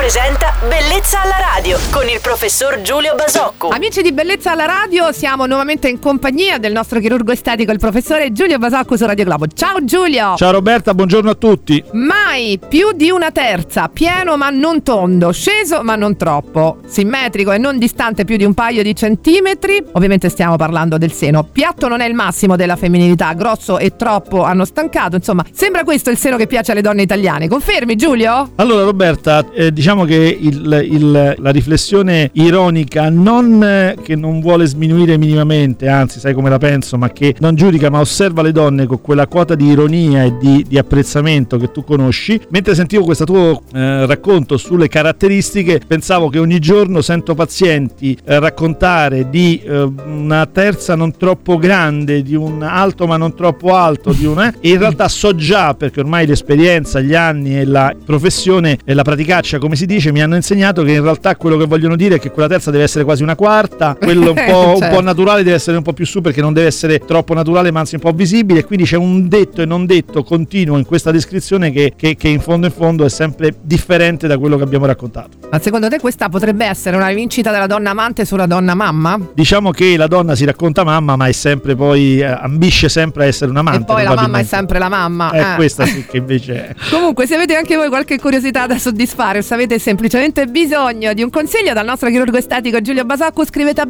presenta Bellezza alla radio con il professor Giulio Basocco. Amici di Bellezza alla radio, siamo nuovamente in compagnia del nostro chirurgo estetico, il professore Giulio Basocco su Radio Globo. Ciao Giulio! Ciao Roberta, buongiorno a tutti. Mai più di una terza, pieno ma non tondo, sceso ma non troppo, simmetrico e non distante più di un paio di centimetri. Ovviamente stiamo parlando del seno. Piatto non è il massimo della femminilità, grosso e troppo hanno stancato, insomma, sembra questo il seno che piace alle donne italiane. Confermi Giulio? Allora Roberta, diciamo che la riflessione ironica che non vuole sminuire minimamente, anzi sai come la penso, ma che non giudica ma osserva le donne con quella quota di ironia e di apprezzamento che tu conosci. Mentre sentivo questo tuo racconto sulle caratteristiche, pensavo che ogni giorno sento pazienti raccontare di una terza non troppo grande, di un alto ma non troppo alto, e in realtà so già, perché ormai l'esperienza, gli anni e la professione e la praticaccia, come si dice, mi hanno insegnato che in realtà quello che vogliono dire è che quella terza deve essere quasi una quarta, quello un po' naturale deve essere un po' più su, perché non deve essere troppo naturale ma anzi un po' visibile, quindi c'è un detto e non detto continuo in questa descrizione che in fondo è sempre differente da quello che abbiamo raccontato. Ma secondo te questa potrebbe essere una rivincita della donna amante sulla donna mamma? Diciamo che la donna si racconta mamma, ma è sempre poi ambisce sempre a essere una amante. E poi la mamma è sempre la mamma. Questa sì che invece è. Comunque, se avete anche voi qualche curiosità da soddisfare o se avete semplicemente bisogno di un consiglio dal nostro chirurgo estetico Giulio Basocco, scrivete a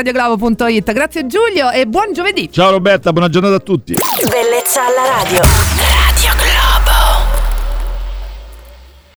bellezzalaradio@radioglobo.it. Grazie Giulio e buon giovedì. Ciao Roberta, buona giornata a tutti. Bellezza alla radio.